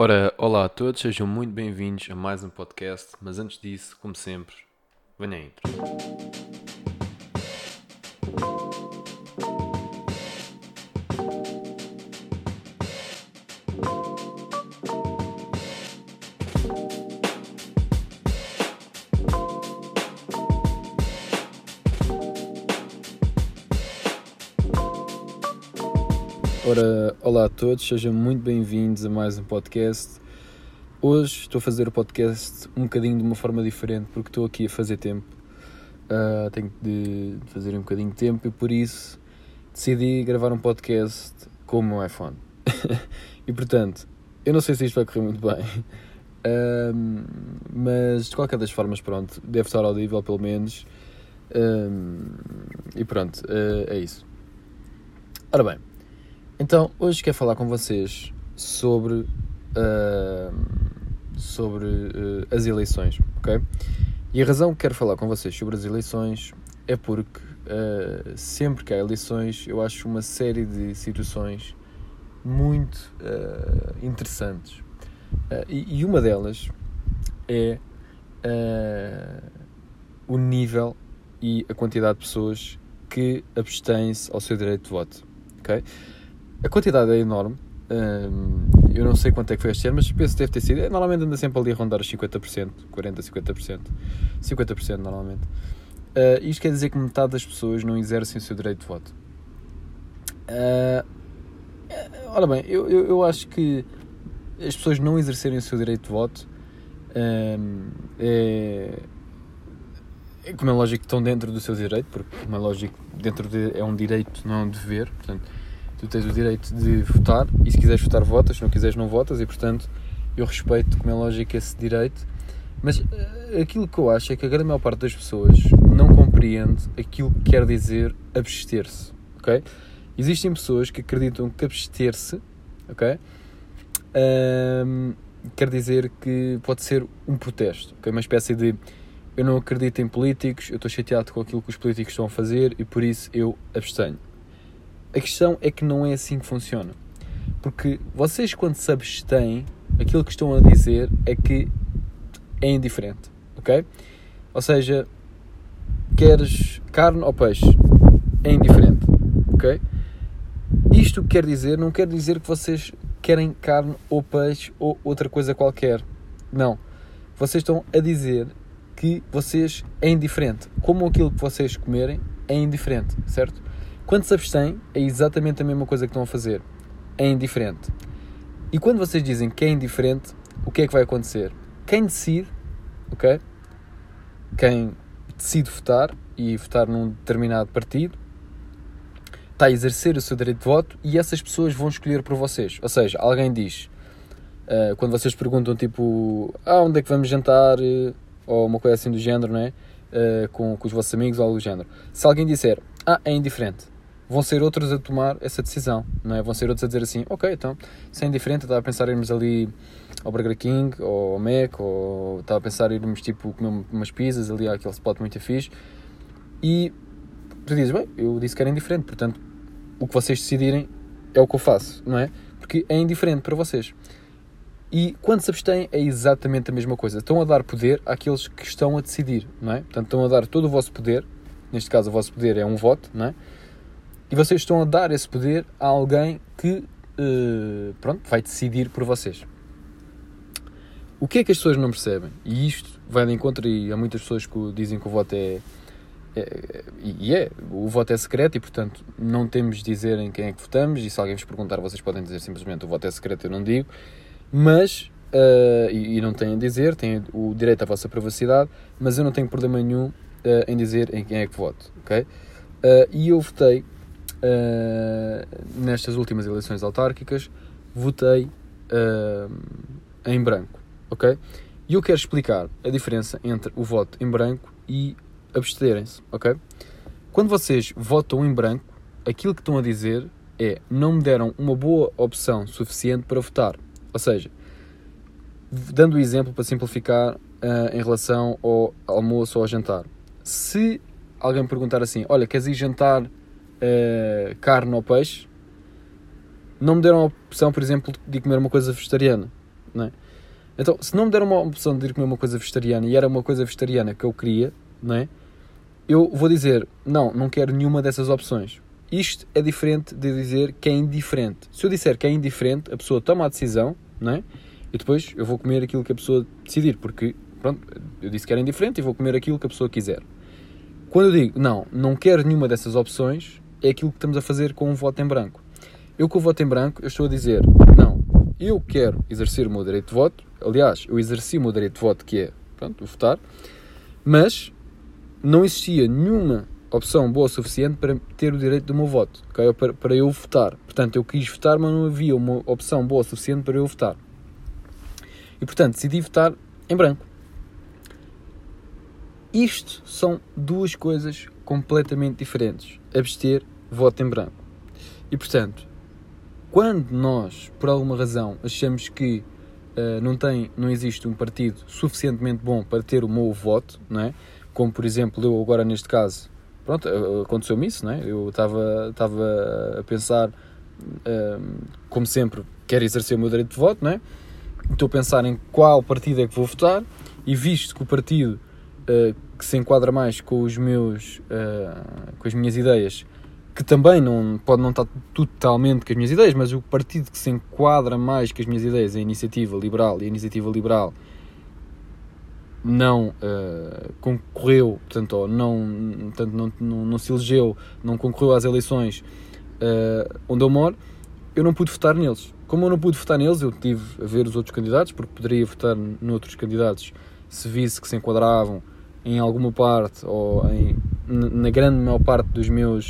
Ora, olá a todos, sejam muito bem-vindos a mais um podcast, mas antes disso, como sempre, venha a intro. Ora, olá a todos, sejam muito bem-vindos a mais um podcast. Hoje estou a fazer o podcast um bocadinho de uma forma diferente, porque estou aqui a fazer tempo. Tenho de fazer um bocadinho de tempo e por isso decidi gravar um podcast com o meu iPhone. E portanto, eu não sei se isto vai correr muito bem, mas de qualquer das formas, pronto, deve estar audível pelo menos. E pronto, é isso. Ora bem. Então, hoje quero falar com vocês sobre as eleições, ok? E a razão que quero falar com vocês sobre as eleições é porque sempre que há eleições eu acho uma série de situações muito interessantes. E uma delas é o nível e a quantidade de pessoas que abstêm-se ao seu direito de voto, ok? A quantidade é enorme, eu não sei quanto é que foi este ano, mas penso que deve ter sido, normalmente anda sempre ali a rondar os 50%, 40%, 50% normalmente. Isto quer dizer que metade das pessoas não exercem o seu direito de voto. Ora bem, eu acho que as pessoas não exercerem o seu direito de voto como é lógico que estão dentro do seu direito, porque como é lógico, é um direito, não é um dever, portanto, tu tens o direito de votar e se quiseres votar votas, se não quiseres não votas e portanto eu respeito, como é lógico, esse direito, mas aquilo que eu acho é que a grande maior parte das pessoas não compreende aquilo que quer dizer abster-se, ok? Existem pessoas que acreditam que abster-se, ok? Quer dizer que pode ser um protesto, ok? Uma espécie de eu não acredito em políticos, eu estou chateado com aquilo que os políticos estão a fazer e por isso eu abstenho. A questão é que não é assim que funciona. Porque vocês, quando se abstêm, aquilo que estão a dizer é que é indiferente, ok? Ou seja, queres carne ou peixe? É indiferente, ok? Isto quer dizer, não quer dizer que vocês querem carne ou peixe ou outra coisa qualquer. Não. Vocês estão a dizer que vocês é indiferente. Como aquilo que vocês comerem é indiferente, certo? Quando se abstêm, é exatamente a mesma coisa que estão a fazer. É indiferente. E quando vocês dizem que é indiferente, o que é que vai acontecer? Quem decide, ok? Quem decide votar e votar num determinado partido, está a exercer o seu direito de voto e essas pessoas vão escolher por vocês. Ou seja, alguém diz, quando vocês perguntam tipo, onde é que vamos jantar, ou uma coisa assim do género, não é? Com os vossos amigos ou algo do género. Se alguém disser, é indiferente, vão ser outros a tomar essa decisão, não é? Vão ser outros a dizer assim, ok, então, se é indiferente, eu estava a pensar em irmos ali ao Burger King, ou ao Mac, ou estava a pensar em irmos, tipo, comer umas pizzas ali àquele spot muito fixe, e tu dizes, bem, eu disse que era indiferente, portanto, o que vocês decidirem é o que eu faço, não é? Porque é indiferente para vocês. E quando se abstêm é exatamente a mesma coisa. Estão a dar poder àqueles que estão a decidir, não é? Portanto, estão a dar todo o vosso poder, neste caso o vosso poder é um voto, não é? E vocês estão a dar esse poder a alguém que, vai decidir por vocês. O que é que as pessoas não percebem? E isto vai de encontro, e há muitas pessoas que dizem que o voto o voto é secreto e, portanto, não temos de dizer em quem é que votamos, e se alguém vos perguntar, vocês podem dizer simplesmente o voto é secreto, eu não digo, mas, e não têm a dizer, têm o direito à vossa privacidade, mas eu não tenho problema nenhum em dizer em quem é que voto, ok? E eu votei, nestas últimas eleições autárquicas, votei em branco, ok? E eu quero explicar a diferença entre o voto em branco e absterem-se, ok? Quando vocês votam em branco, aquilo que estão a dizer é, não me deram uma boa opção suficiente para votar. Ou seja, dando o exemplo para simplificar em relação ao almoço ou ao jantar. Se alguém me perguntar assim, olha, queres ir jantar carne ou peixe? Não me deram a opção, por exemplo, de comer uma coisa vegetariana. não é? Então, se não me deram uma opção de ir comer uma coisa vegetariana e era uma coisa vegetariana que eu queria, não é? Eu vou dizer, não quero nenhuma dessas opções. Isto é diferente de dizer que é indiferente. Se eu disser que é indiferente, a pessoa toma a decisão, não é? E depois eu vou comer aquilo que a pessoa decidir, porque, pronto, eu disse que era indiferente e vou comer aquilo que a pessoa quiser. Quando eu digo, não quero nenhuma dessas opções, é aquilo que estamos a fazer com um voto em branco. Eu, com o voto em branco, eu estou a dizer, não, eu quero exercer o meu direito de voto. Aliás, eu exerci o meu direito de voto, que é, pronto, o votar, mas não existia nenhuma opção boa o suficiente para ter o direito do meu voto, okay? Para eu votar. Portanto, eu quis votar, mas não havia uma opção boa o suficiente para eu votar. E, portanto, decidi votar em branco. Isto são duas coisas completamente diferentes. Abster, voto em branco. E, portanto, quando nós, por alguma razão, achamos que não existe um partido suficientemente bom para ter o meu voto, não é? Como, por exemplo, eu agora neste caso, pronto, aconteceu-me isso, não é? Eu estava a pensar, como sempre, quero exercer o meu direito de voto, não é? Estou a pensar em qual partido é que vou votar e visto que o partido que se enquadra mais com os meus, com as minhas ideias, que também pode não estar totalmente com as minhas ideias, mas o partido que se enquadra mais com as minhas ideias é a Iniciativa Liberal, e a Iniciativa Liberal não concorreu, portanto, não se elegeu, não concorreu às eleições onde eu moro, eu não pude votar neles. Como eu não pude votar neles, eu tive a ver os outros candidatos, porque poderia votar noutros candidatos se visse que se enquadravam em alguma parte ou na grande maior parte das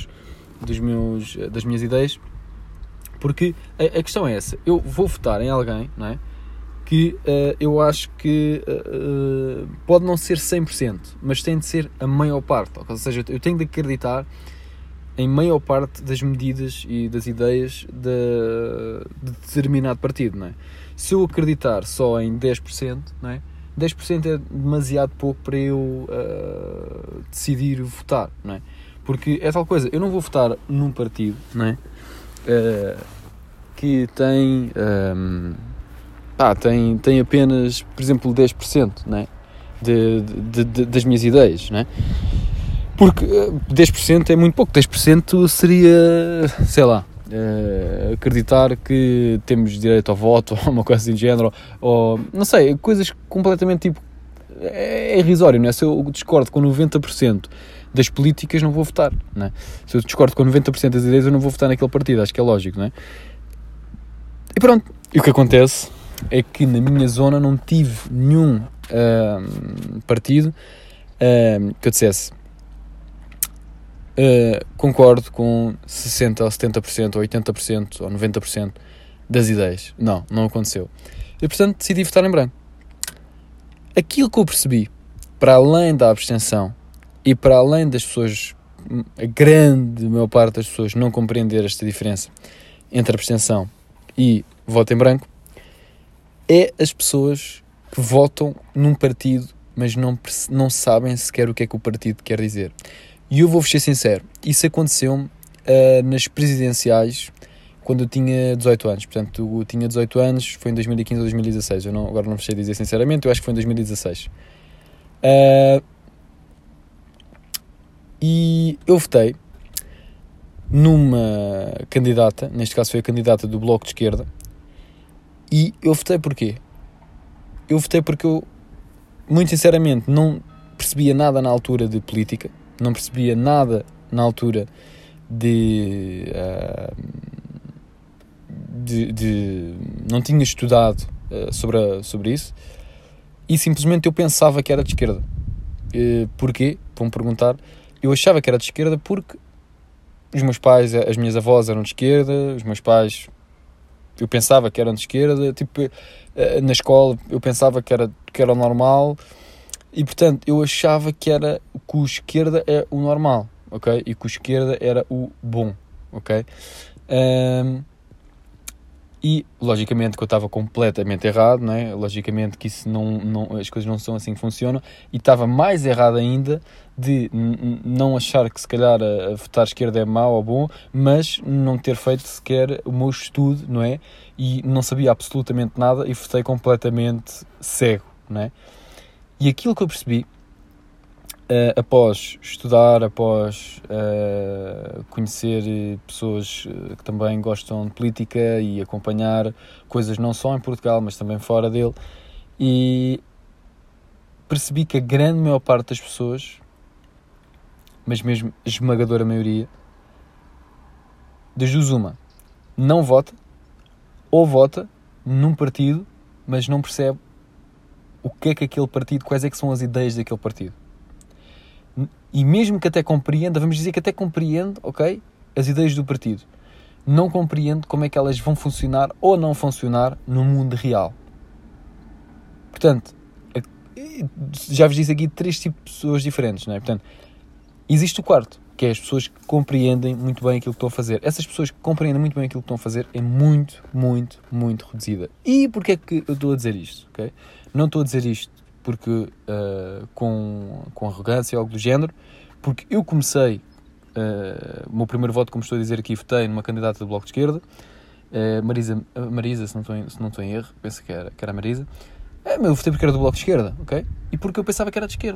minhas ideias, porque a questão é essa. Eu vou votar em alguém, não é? Que eu acho que pode não ser 100%, mas tem de ser a maior parte. Ou seja, eu tenho de acreditar em maior parte das medidas e das ideias de determinado partido, não é? Se eu acreditar só em 10%, não é? 10% é demasiado pouco para eu decidir votar, não é? Porque é tal coisa, eu não vou votar num partido, não é? Que tem apenas, por exemplo, 10%, não é? Das minhas ideias, não é? Porque 10% é muito pouco. 10% seria, sei lá, acreditar que temos direito ao voto ou uma coisa assim de género, ou não sei, coisas completamente tipo, é irrisório, não é? Se eu discordo com 90% das políticas, não vou votar, não é? Se eu discordo com 90% das ideias, eu não vou votar naquele partido, acho que é lógico, não é? E pronto, e o que acontece é que na minha zona não tive nenhum partido que eu dissesse concordo com 60% ou 70% ou 80% ou 90% das ideias. Não aconteceu. E portanto decidi votar em branco. Aquilo que eu percebi, para além da abstenção e para além das pessoas, a grande maior parte das pessoas não compreender esta diferença entre abstenção e voto em branco, é as pessoas que votam num partido mas não sabem sequer o que é que o partido quer dizer. E eu vou-vos ser sincero, isso aconteceu-me nas presidenciais quando eu tinha 18 anos. Portanto, eu tinha 18 anos, foi em 2015 ou 2016. Agora não sei dizer sinceramente, eu acho que foi em 2016. E eu votei numa candidata, neste caso foi a candidata do Bloco de Esquerda, e eu votei porquê? Eu votei porque eu, muito sinceramente, não percebia nada na altura de política, não percebia nada na altura não tinha estudado sobre isso, e simplesmente eu pensava que era de esquerda. Porquê? Vão perguntar. Eu achava que era de esquerda porque os meus pais, as minhas avós eram de esquerda, os meus pais, eu pensava que eram de esquerda, tipo, na escola eu pensava que era normal, e portanto eu achava que o esquerda é o normal, ok? E que o esquerda era o bom, ok? E, logicamente, que eu estava completamente errado, não é? Logicamente que isso as coisas não são assim que funcionam. E estava mais errado ainda de não achar que, se calhar, a votar esquerda é mau ou bom, mas não ter feito sequer o meu estudo, não é? E não sabia absolutamente nada e votei completamente cego, não é? E aquilo que eu percebi, após estudar, após conhecer pessoas que também gostam de política e acompanhar coisas não só em Portugal, mas também fora dele, e percebi que a grande maior parte das pessoas, mas mesmo a esmagadora maioria, das duas uma, não vota, ou vota num partido, mas não percebe o que é que aquele partido, quais é que são as ideias daquele partido. E mesmo que até compreenda, vamos dizer que até compreende, ok, as ideias do partido, não compreende como é que elas vão funcionar ou não funcionar no mundo real. Portanto, já vos disse aqui 3 tipos de pessoas diferentes, não é? Portanto, existe o quarto, que é as pessoas que compreendem muito bem aquilo que estão a fazer. Essas pessoas que compreendem muito bem aquilo que estão a fazer é muito, muito, muito reduzida. E porquê é que eu estou a dizer isto, ok? Não estou a dizer isto porque com arrogância ou algo do género, porque eu comecei, o meu primeiro voto, como estou a dizer aqui, votei numa candidata do Bloco de Esquerda, Marisa, se não estou em erro, penso que era a Marisa. Eu votei porque era do Bloco de Esquerda, ok? E porque eu pensava que era de esquerda.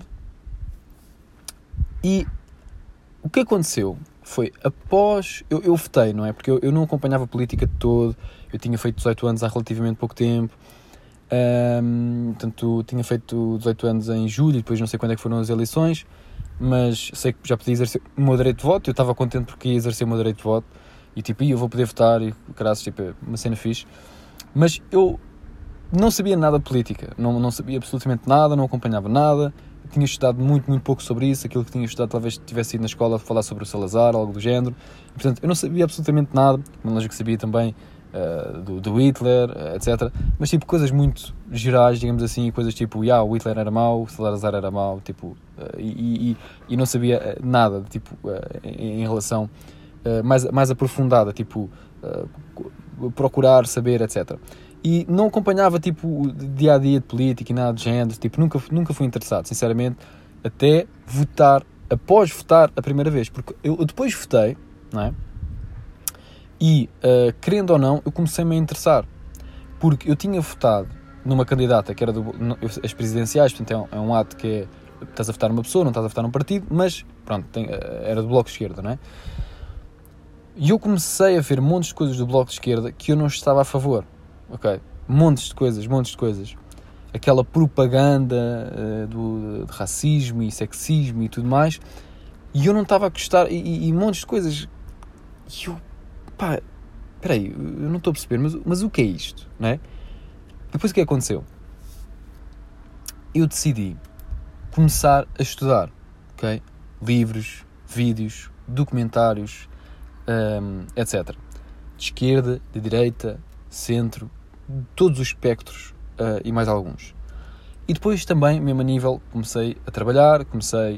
E o que aconteceu foi, após eu votei, não é? Porque eu não acompanhava a política de todo, eu tinha feito 18 anos há relativamente pouco tempo. Portanto, tinha feito 18 anos em julho, depois não sei quando é que foram as eleições, mas sei que já podia exercer o meu direito de voto. Eu estava contente porque ia exercer o meu direito de voto e tipo, eu vou poder votar e caras, tipo, é uma cena fixe. Mas eu não sabia nada de política, não sabia absolutamente nada, não acompanhava nada. Eu tinha estudado muito, muito pouco sobre isso. Aquilo que tinha estudado talvez tivesse ido na escola falar sobre o Salazar, algo do género. Portanto, eu não sabia absolutamente nada, mas que sabia também do Hitler, etc. Mas tipo, coisas muito gerais, digamos assim, coisas tipo, o Hitler era mau, o Salazar era mau, tipo, e não sabia nada, tipo, em relação mais aprofundada, tipo, procurar saber, etc. E não acompanhava, tipo, dia-a-dia de política e nada de género, tipo, nunca fui interessado, sinceramente, até votar, após votar a primeira vez, porque eu depois votei, não é? E, querendo ou não, eu comecei-me a interessar, porque eu tinha votado numa candidata que era as presidenciais, portanto é um ato que é, estás a votar numa pessoa, não estás a votar num partido, mas, pronto, era do Bloco de Esquerda, não é? E eu comecei a ver montes de coisas do Bloco de Esquerda que eu não estava a favor, ok? Montes de coisas. Aquela propaganda de racismo e sexismo e tudo mais, e eu não estava a gostar, e montes de coisas, e eu, pá, espera aí, eu não estou a perceber, mas o que é isto, não é? Depois o que aconteceu? Eu decidi começar a estudar, ok? Livros, vídeos, documentários, etc. De esquerda, de direita, centro, todos os espectros e mais alguns. E depois também, mesmo a nível, comecei a trabalhar, comecei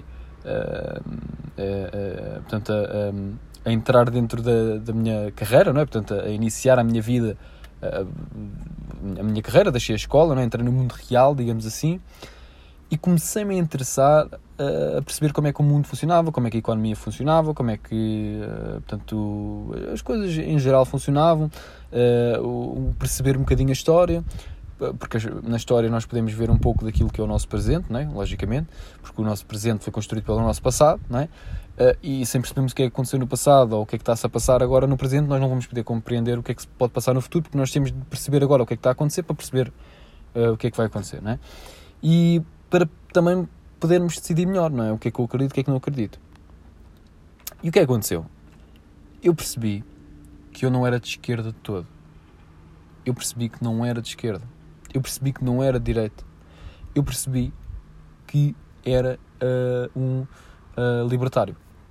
portanto, a entrar dentro da minha carreira, não é? Portanto, a iniciar a minha vida, a minha carreira, deixei a escola, não é? Entrei no mundo real, digamos assim, e comecei-me a interessar a perceber como é que o mundo funcionava, como é que a economia funcionava, como é que, portanto, as coisas em geral funcionavam, perceber um bocadinho a história, porque na história nós podemos ver um pouco daquilo que é o nosso presente, não é? Logicamente, porque o nosso presente foi construído pelo nosso passado, não é? E sem percebermos o que é que aconteceu no passado ou o que é que está-se a passar agora no presente, nós não vamos poder compreender o que é que se pode passar no futuro, porque nós temos de perceber agora o que é que está a acontecer para perceber o que é que vai acontecer, não é? E para também podermos decidir melhor, não é? O que é que eu acredito, o que é que não acredito. E o que é que aconteceu? Eu percebi que eu não era de esquerda de todo. Eu percebi que não era de esquerda. Eu percebi que não era de direita. Eu percebi que era libertário.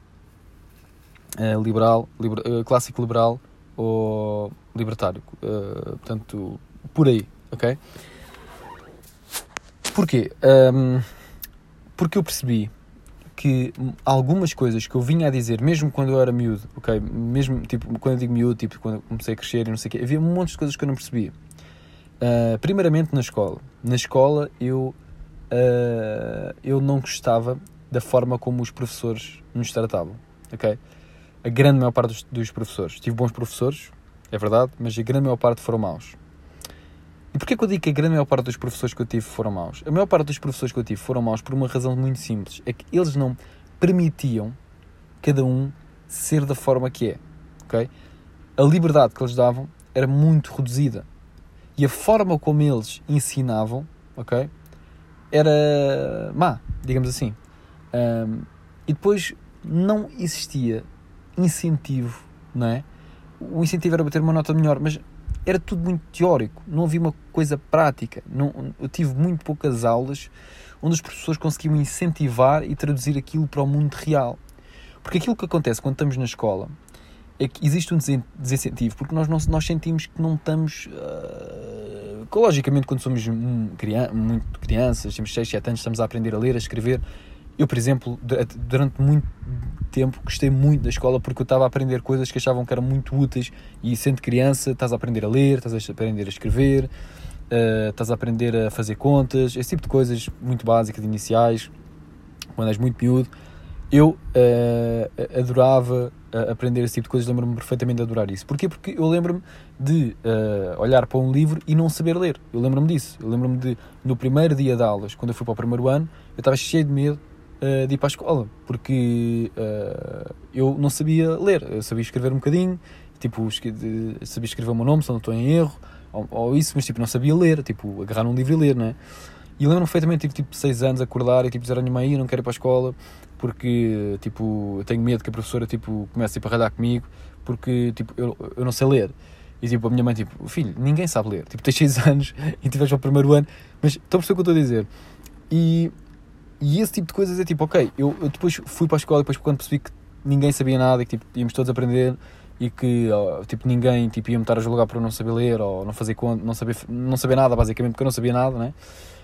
Clássico liberal ou libertário. Portanto, por aí, ok? Porquê? Porque eu percebi que algumas coisas que eu vinha a dizer, mesmo quando eu era miúdo, ok? Mesmo, tipo, quando eu digo miúdo, tipo, quando eu comecei a crescer e não sei o quê, havia um monte de coisas que eu não percebia. Primeiramente na escola. Na escola eu não gostava da forma como os professores nos tratavam, ok? A grande maior parte dos professores. Tive bons professores, é verdade, mas a grande maior parte foram maus. E porquê que eu digo que a grande maior parte dos professores que eu tive foram maus? A maior parte dos professores que eu tive foram maus por uma razão muito simples. É que eles não permitiam cada um ser da forma que é, ok? A liberdade que eles davam era muito reduzida. E a forma como eles ensinavam, ok? Era má, digamos assim. E depois não existia incentivo, não é? O incentivo era bater uma nota melhor, mas era tudo muito teórico, não havia uma coisa prática. Eu tive muito poucas aulas onde os professores conseguiam incentivar e traduzir aquilo para o mundo real. Porque aquilo que acontece quando estamos na escola é que existe um desincentivo, porque nós sentimos que não estamos... logicamente, quando somos muito crianças, temos 6, 7 anos, estamos a aprender a ler, a escrever. Eu, por exemplo, durante muito tempo gostei muito da escola porque eu estava a aprender coisas que achavam que eram muito úteis, e sendo criança estás a aprender a ler, estás a aprender a escrever, estás a aprender a fazer contas, esse tipo de coisas muito básicas, iniciais, quando és muito miúdo. Eu adorava aprender esse tipo de coisas, lembro-me perfeitamente de adorar isso. Porquê? Porque eu lembro-me de olhar para um livro e não saber ler. Eu lembro-me disso. Eu lembro-me de, no primeiro dia de aulas, quando eu fui para o primeiro ano, eu estava cheio de medo de ir para a escola, porque eu não sabia ler. Eu sabia escrever um bocadinho, tipo, sabia escrever o meu nome, se não estou em erro, ou isso, mas tipo, não sabia ler, tipo, agarrar um livro e ler, não é? E lembro-me perfeitamente, tipo 6 anos, acordar e tipo, dizer a minha mãe, não quero ir para a escola, porque, tipo, eu tenho medo que a professora, tipo, comece tipo, a ralhar comigo, porque, tipo, eu não sei ler. E, tipo, a minha mãe, tipo, filho, ninguém sabe ler. Tipo, tens 6 anos e tiveste ao primeiro ano, mas estou a perceber o que eu estou a dizer. E esse tipo de coisas é tipo, ok, eu depois fui para a escola, depois quando percebi que ninguém sabia nada e que, tipo, íamos todos aprender, e que, tipo, ninguém, tipo, ia-me estar a julgar por eu não saber ler, ou não fazer conta, não saber nada, basicamente, porque eu não sabia nada, né?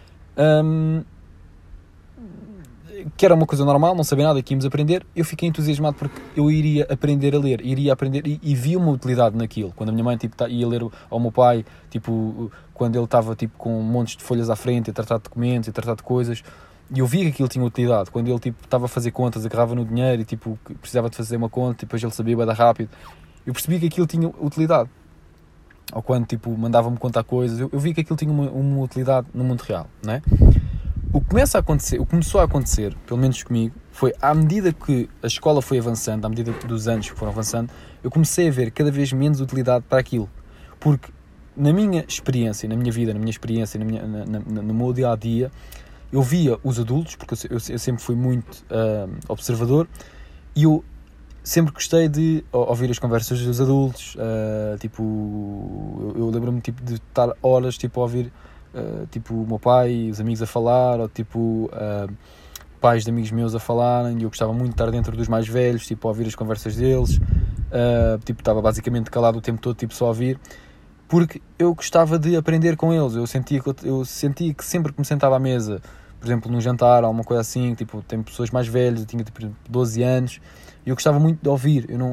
Que era uma coisa normal, não sabia nada, que íamos aprender. Eu fiquei entusiasmado porque eu iria aprender a ler, e vi uma utilidade naquilo. Quando a minha mãe, tipo, ia ler ao meu pai, tipo, quando ele estava, tipo, com montes de folhas à frente, a tratar de documentos, a tratar de coisas, e eu vi que aquilo tinha utilidade. Quando ele, tipo, estava a fazer contas, agarrava no dinheiro e, tipo, precisava de fazer uma conta, e depois ele sabia bem rápido, eu percebi que aquilo tinha utilidade. Ou quando, tipo, mandava-me contar coisas, eu vi que aquilo tinha uma utilidade no mundo real, não é? O que começou a acontecer, pelo menos comigo, foi à medida que a escola foi avançando, à medida dos anos que foram avançando, eu comecei a ver cada vez menos utilidade para aquilo. Porque na minha experiência, no meu dia-a-dia, eu via os adultos, porque eu sempre fui muito observador, e eu sempre gostei de ouvir as conversas dos adultos, tipo, eu lembro-me, tipo, de estar horas, tipo, a ouvir tipo o meu pai e os amigos a falar, ou tipo pais de amigos meus a falarem, e eu gostava muito de estar dentro dos mais velhos, tipo, a ouvir as conversas deles, tipo, estava basicamente calado o tempo todo, tipo, só a ouvir, porque eu gostava de aprender com eles. Eu sentia que sempre que me sentava à mesa, por exemplo, num jantar ou uma coisa assim, tipo, tem pessoas mais velhas, eu tinha tipo 12 anos, e eu gostava muito de ouvir. Eu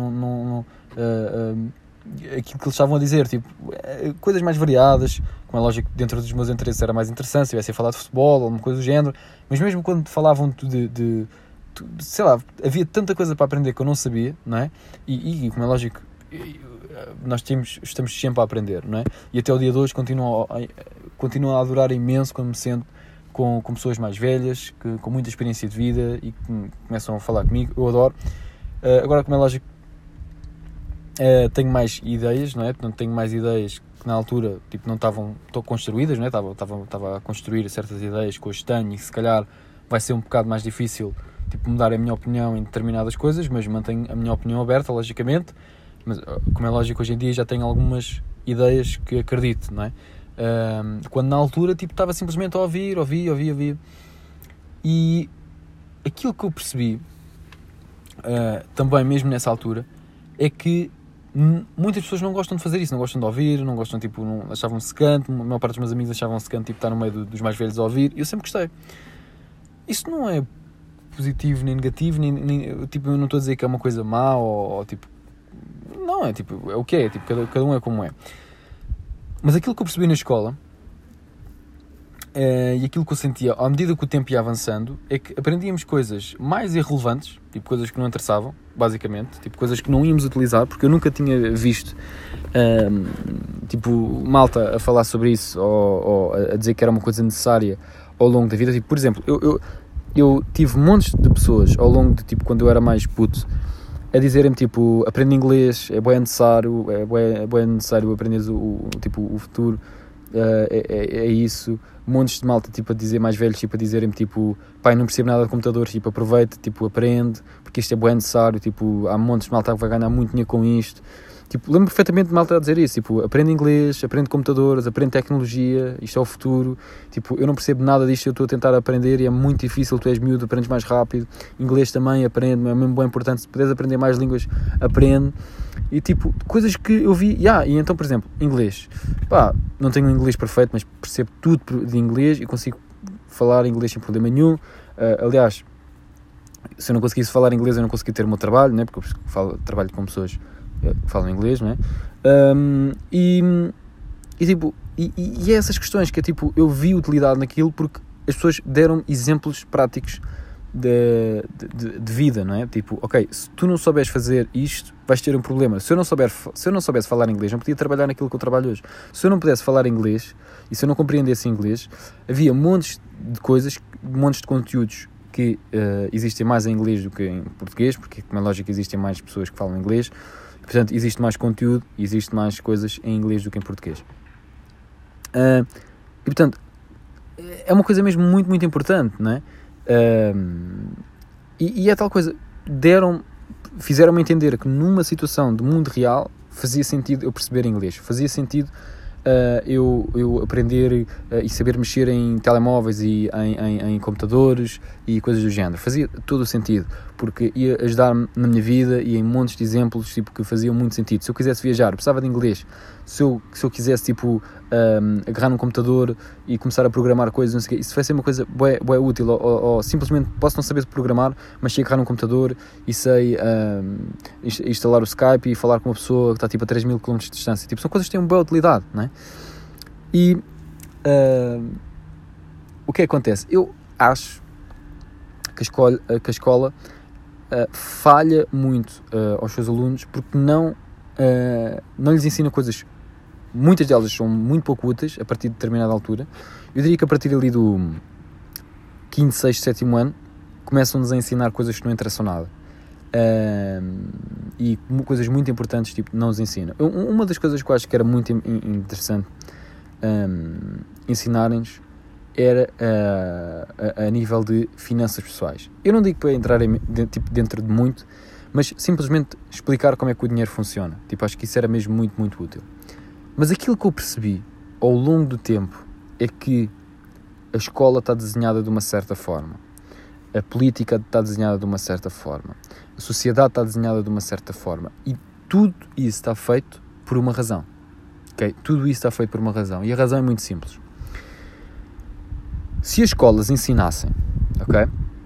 aquilo que eles estavam a dizer, tipo, coisas mais variadas, como é lógico, dentro dos meus interesses era mais interessante se tivessem a falar de futebol ou uma coisa do género, mas mesmo quando falavam de sei lá, havia tanta coisa para aprender que eu não sabia, não é? E como é lógico, nós estamos sempre a aprender, não é? E até o dia de hoje continuo a adorar imenso quando me sento com pessoas mais velhas, com muita experiência de vida, e que começam a falar comigo. Eu adoro. Agora, como é lógico, tenho mais ideias, não é? Portanto, tenho mais ideias que na altura, tipo, não estavam construídas, não é? Estava a construir certas ideias que hoje tenho, e se calhar vai ser um bocado mais difícil, tipo, mudar a minha opinião em determinadas coisas, mas mantenho a minha opinião aberta, logicamente. Mas, como é lógico, hoje em dia já tenho algumas ideias que acredito, não é? Quando na altura, tipo, estava simplesmente a ouvir. E aquilo que eu percebi, também mesmo nessa altura, é que muitas pessoas não gostam de fazer isso, não gostam de ouvir, não gostam, tipo, achavam secante. A maior parte dos meus amigos achavam secante, tipo, estar no meio dos mais velhos a ouvir, e eu sempre gostei. Isso não é positivo nem negativo, tipo, eu não estou a dizer que é uma coisa má ou tipo, não, é tipo, é o que é, tipo, cada um é como é. Mas aquilo que eu percebi na escola e aquilo que eu sentia à medida que o tempo ia avançando é que aprendíamos coisas mais irrelevantes, tipo coisas que não interessavam, basicamente, tipo coisas que não íamos utilizar, porque eu nunca tinha visto tipo malta a falar sobre isso ou a dizer que era uma coisa necessária ao longo da vida. Tipo, por exemplo, eu tive montes de pessoas ao longo de, tipo, quando eu era mais puto, a dizerem-me, tipo, aprende inglês, é bem necessário, aprenderes o futuro, é isso. Montes de malta, tipo, a dizer, mais velhos, tipo, a dizerem-me, tipo, pai, não percebo nada de computadores, tipo, aproveita, tipo, aprende, porque isto é bem necessário, tipo, há montes de malta que vai ganhar muito dinheiro com isto. Tipo, lembro perfeitamente de malta a dizer isso, tipo, aprende inglês, aprende computadores, aprende tecnologia, isto é o futuro, tipo, eu não percebo nada disto, eu estou a tentar aprender e é muito difícil, tu és miúdo, aprendes mais rápido, inglês também, aprende, é mesmo bem importante, se puderes aprender mais línguas, aprende, e tipo, coisas que eu vi, e então, por exemplo, inglês, pá, não tenho um inglês perfeito, mas percebo tudo de inglês e consigo falar inglês sem problema nenhum, aliás, se eu não conseguisse falar inglês, eu não conseguia ter o meu trabalho, né, porque eu trabalho com pessoas que falam inglês, não é? E é essas questões que é tipo, eu vi utilidade naquilo porque as pessoas deram exemplos práticos de vida, não é? Tipo, ok, se tu não souberes fazer isto, vais ter um problema. Se eu não soubesse falar inglês, não podia trabalhar naquilo que eu trabalho hoje. Se eu não pudesse falar inglês e se eu não compreendesse inglês, havia montes de coisas, montes de conteúdos que existem mais em inglês do que em português, porque, como é lógico, existem mais pessoas que falam inglês. Portanto, existe mais conteúdo, existe mais coisas em inglês do que em português. E, portanto, é uma coisa mesmo muito, muito importante, não é? E é tal coisa, fizeram-me entender que numa situação de mundo real fazia sentido eu perceber inglês, fazia sentido eu aprender e saber mexer em telemóveis e em computadores e coisas do género. Fazia todo o sentido, porque ia ajudar-me na minha vida e em montes de exemplos tipo, que faziam muito sentido. Se eu quisesse viajar, eu precisava de inglês. Se eu quisesse tipo, agarrar num computador e começar a programar coisas, não sei o quê, isso vai ser uma coisa bué útil, ou simplesmente posso não saber programar, mas sei agarrar num computador e sei instalar o Skype e falar com uma pessoa que está tipo, a 3.000 km de distância. Tipo, são coisas que têm uma boa utilidade, não é? E o que acontece? Eu acho que a escola falha muito aos seus alunos porque não lhes ensina coisas. Muitas delas são muito pouco úteis a partir de determinada altura. Eu diria que a partir ali do 5º, 6º, 7º ano começam-nos a ensinar coisas que não interessam nada. E coisas muito importantes tipo, não os ensinam. Uma das coisas que eu acho que era muito interessante ensinarem-nos era a nível de finanças pessoais. Eu não digo para entrar dentro de muito, mas simplesmente explicar como é que o dinheiro funciona. Tipo, acho que isso era mesmo muito, muito útil. Mas aquilo que eu percebi ao longo do tempo é que a escola está desenhada de uma certa forma, a política está desenhada de uma certa forma, a sociedade está desenhada de uma certa forma e tudo isso está feito por uma razão. Okay? Tudo isso está feito por uma razão e a razão é muito simples. Se as escolas ensinassem, okay,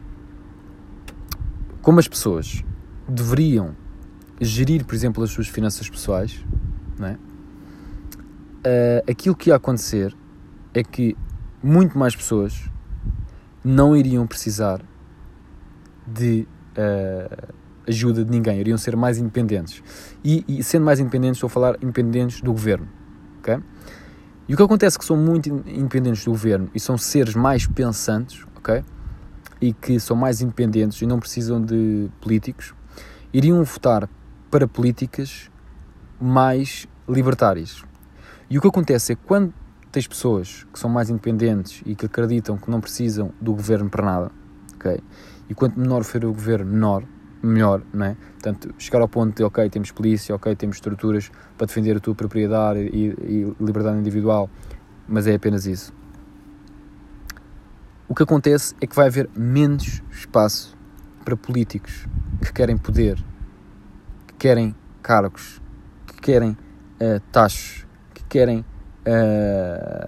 como as pessoas deveriam gerir, por exemplo, as suas finanças pessoais, não é? Aquilo que ia acontecer é que muito mais pessoas não iriam precisar de ajuda de ninguém, iriam ser mais independentes. E sendo mais independentes, estou a falar independentes do governo. Okay? E o que acontece é que são muito independentes do governo e são seres mais pensantes, okay? E que são mais independentes e não precisam de políticos, iriam votar para políticas mais libertárias. E o que acontece é que quando tens pessoas que são mais independentes e que acreditam que não precisam do governo para nada, okay? E quanto menor for o governo, melhor, não é? Portanto, chegar ao ponto de, ok, temos polícia, ok, temos estruturas para defender a tua propriedade e liberdade individual, mas é apenas isso. O que acontece é que vai haver menos espaço para políticos que querem poder, que querem cargos, que querem taxas, que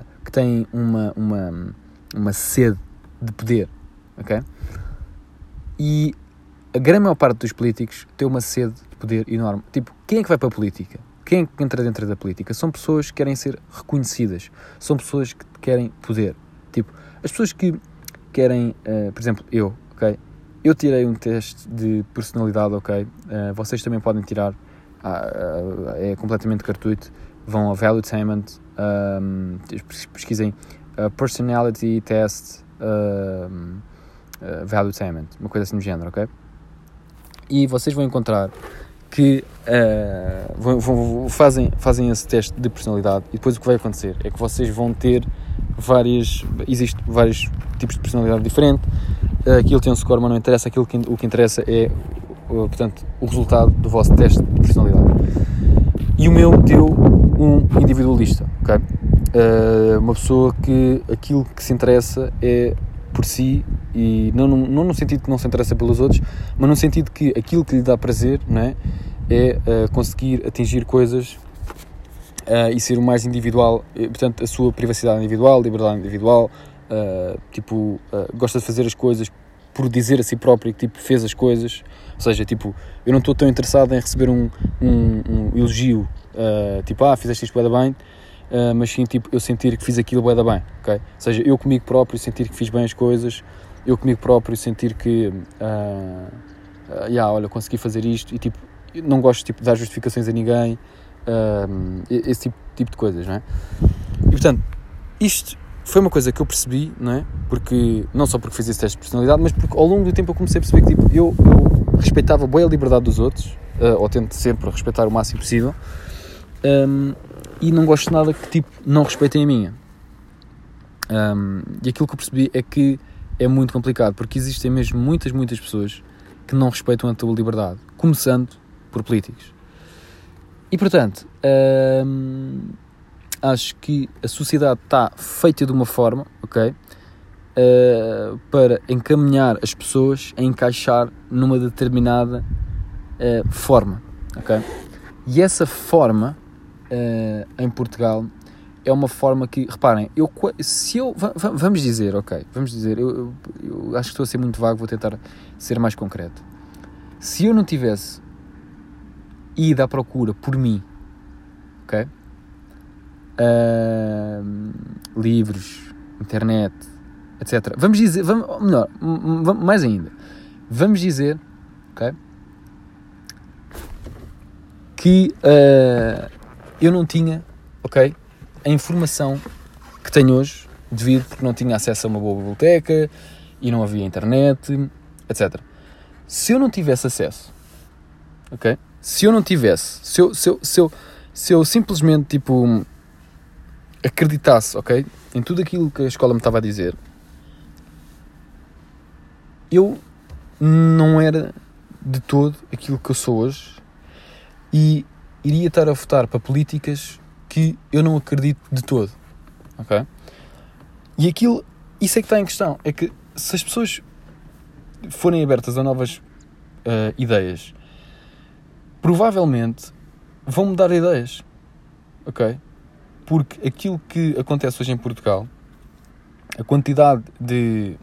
têm uma sede de poder, ok? E a grande maior parte dos políticos tem uma sede de poder enorme. Tipo, quem é que vai para a política? Quem é que entra dentro da política? São pessoas que querem ser reconhecidas. São pessoas que querem poder. Tipo, as pessoas que querem, por exemplo, eu, ok? Eu tirei um teste de personalidade, ok? Vocês também podem tirar. É completamente gratuito. Vão a Valuetainment, pesquisem Personality Test Valuetainment, uma coisa assim do género, ok? E vocês vão encontrar que fazem esse teste de personalidade e depois o que vai acontecer é que vocês vão ter existem vários tipos de personalidade diferente. Aquilo tem um score, mas não interessa, o que interessa é portanto, o resultado do vosso teste de personalidade. E o meu deu um individualista, ok? Uma pessoa que aquilo que se interessa é por si, e não no sentido que não se interessa pelos outros, mas no sentido que aquilo que lhe dá prazer, não é? Conseguir atingir coisas e ser o mais individual, portanto a sua privacidade individual, liberdade individual, gosta de fazer as coisas por dizer a si próprio que tipo, fez as coisas, ou seja, tipo, eu não estou tão interessado em receber um elogio, fizeste isto bué da bem, mas sim, tipo, eu sentir que fiz aquilo bué da bem, ok? Ou seja, eu comigo próprio sentir que fiz bem as coisas, eu comigo próprio sentir que olha, consegui fazer isto, e tipo, não gosto tipo, de dar justificações a ninguém, esse tipo de coisas, não é? E portanto, isto foi uma coisa que eu percebi, não é? Não só porque fiz esse teste de personalidade, mas porque ao longo do tempo eu comecei a perceber que tipo, eu respeitava bem a liberdade dos outros, ou tento sempre respeitar o máximo possível, e não gosto de nada que tipo, não respeitem a minha. E aquilo que eu percebi é que é muito complicado, porque existem mesmo muitas pessoas que não respeitam a tua liberdade, começando por políticos. E portanto, acho que a sociedade está feita de uma forma, ok? Para encaminhar as pessoas a encaixar numa determinada forma, ok? E essa forma, em Portugal, é uma forma que, reparem, vamos dizer, eu acho que estou a ser muito vago, vou tentar ser mais concreto. Se eu não tivesse ido à procura por mim, ok? Livros, internet, etc. Vamos dizer, mais ainda, vamos dizer, ok? Que eu não tinha, ok? A informação que tenho hoje, devido porque não tinha acesso a uma boa biblioteca e não havia internet, etc. Se eu não tivesse acesso, ok? Se eu simplesmente, tipo, acreditasse, ok? Em tudo aquilo que a escola me estava a dizer, eu não era de todo aquilo que eu sou hoje e iria estar a votar para políticas que eu não acredito de todo, ok? E isso é que está em questão, é que se as pessoas forem abertas a novas ideias, provavelmente vão mudar ideias, ok? Porque aquilo que acontece hoje em Portugal, a quantidade de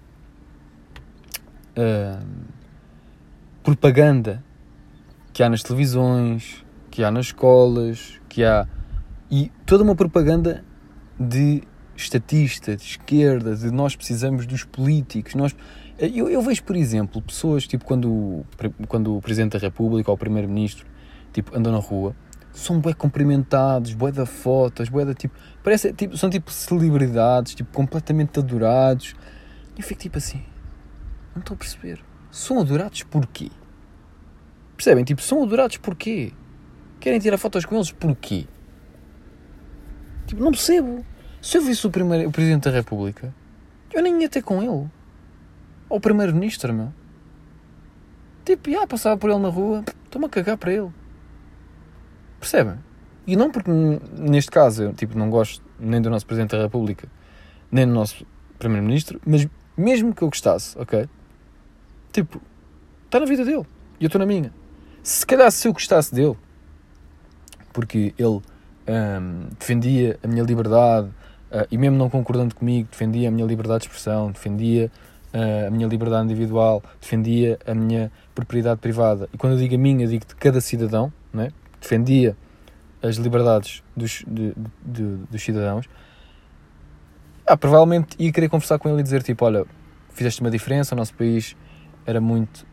propaganda que há nas televisões, que há nas escolas, e toda uma propaganda de estatista, de esquerda, de nós precisamos dos políticos. Eu vejo, por exemplo, pessoas, tipo, quando o Presidente da República ou o Primeiro-Ministro, tipo, andam na rua, são bué cumprimentados, bué da fotos, bué da, tipo, são tipo celebridades, tipo, completamente adorados. E eu fico tipo assim, não estou a perceber. São adorados porquê? Percebem? Tipo, são adorados porquê? Querem tirar fotos com eles porquê? Tipo, não percebo. Se eu visse o Presidente da República, eu nem ia ter com ele. Ou o Primeiro-Ministro, meu. Tipo, passava por ele na rua, estou-me a cagar para ele. Percebem? E não porque, neste caso, eu tipo, não gosto nem do nosso Presidente da República, nem do nosso Primeiro-Ministro, mas mesmo que eu gostasse, ok? Tipo, está na vida dele. E eu estou na minha. Se calhar se eu gostasse dele, porque ele defendia a minha liberdade, e mesmo não concordando comigo, defendia a minha liberdade de expressão, defendia a minha liberdade individual, defendia a minha propriedade privada. E quando eu digo a minha, digo de cada cidadão, não é? Defendia as liberdades dos cidadãos. Provavelmente ia querer conversar com ele e dizer tipo, olha, fizeste uma diferença, o nosso país era muito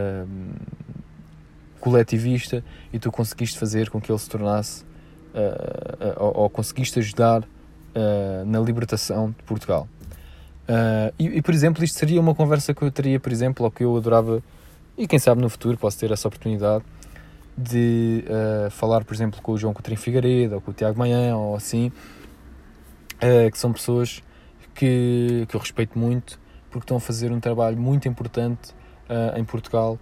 coletivista e tu conseguiste fazer com que ele se tornasse ou conseguiste ajudar na libertação de Portugal. E, por exemplo, isto seria uma conversa que eu teria, por exemplo, ou que eu adorava, e quem sabe no futuro posso ter essa oportunidade de falar, por exemplo, com o João Coutinho Figueiredo ou com o Tiago Maia ou assim, que são pessoas que eu respeito muito porque estão a fazer um trabalho muito importante em Portugal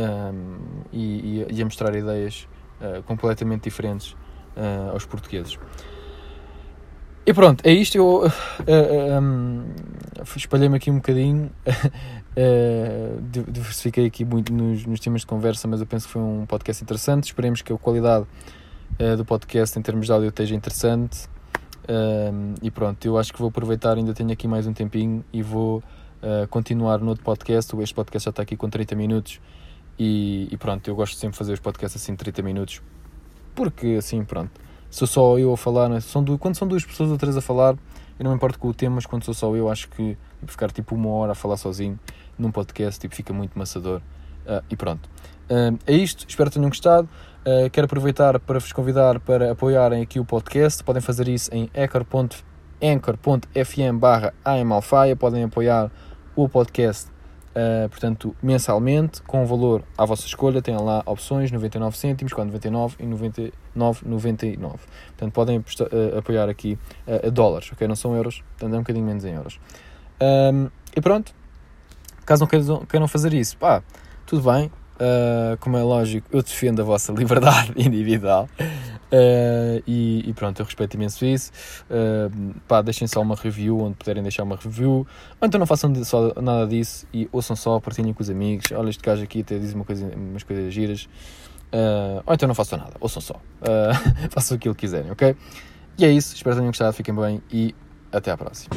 e a mostrar ideias completamente diferentes aos portugueses. E pronto, é isto. Eu espalhei-me aqui um bocadinho, diversifiquei aqui muito nos temas de conversa, mas eu penso que foi um podcast interessante. Esperemos que a qualidade do podcast em termos de áudio esteja interessante. E pronto, eu acho que vou aproveitar, ainda tenho aqui mais um tempinho e vou continuar no outro podcast. Este podcast já está aqui com 30 minutos e pronto, eu gosto sempre de fazer os podcasts assim de 30 minutos porque assim, pronto, sou só eu a falar, né? Quando são duas pessoas ou três a falar, eu não me importo com o tema, mas quando sou só eu, acho que ficar tipo 1 hora a falar sozinho num podcast tipo, fica muito maçador. E pronto, é isto, espero que tenham gostado. Quero aproveitar para vos convidar para apoiarem aqui o podcast. Podem fazer isso em anchor.fm/IamAlfaia. Podem apoiar o podcast portanto, mensalmente, com um valor à vossa escolha. Têm lá opções, 99 cêntimos, 4,99 e 99,99. Portanto, podem apoiar aqui a dólares, ok? Não são euros, portanto é um bocadinho menos em euros. E pronto, caso não queiram fazer isso, tudo bem. Como é lógico, eu defendo a vossa liberdade individual e pronto, eu respeito imenso isso. Deixem só uma review onde puderem deixar uma review, ou então não façam nada disso e ouçam só, partilhem com os amigos. Olha, este gajo aqui até diz umas coisas giras, ou então não façam nada, ouçam só. Façam aquilo que quiserem, ok? E é isso, espero que tenham gostado, fiquem bem e até à próxima.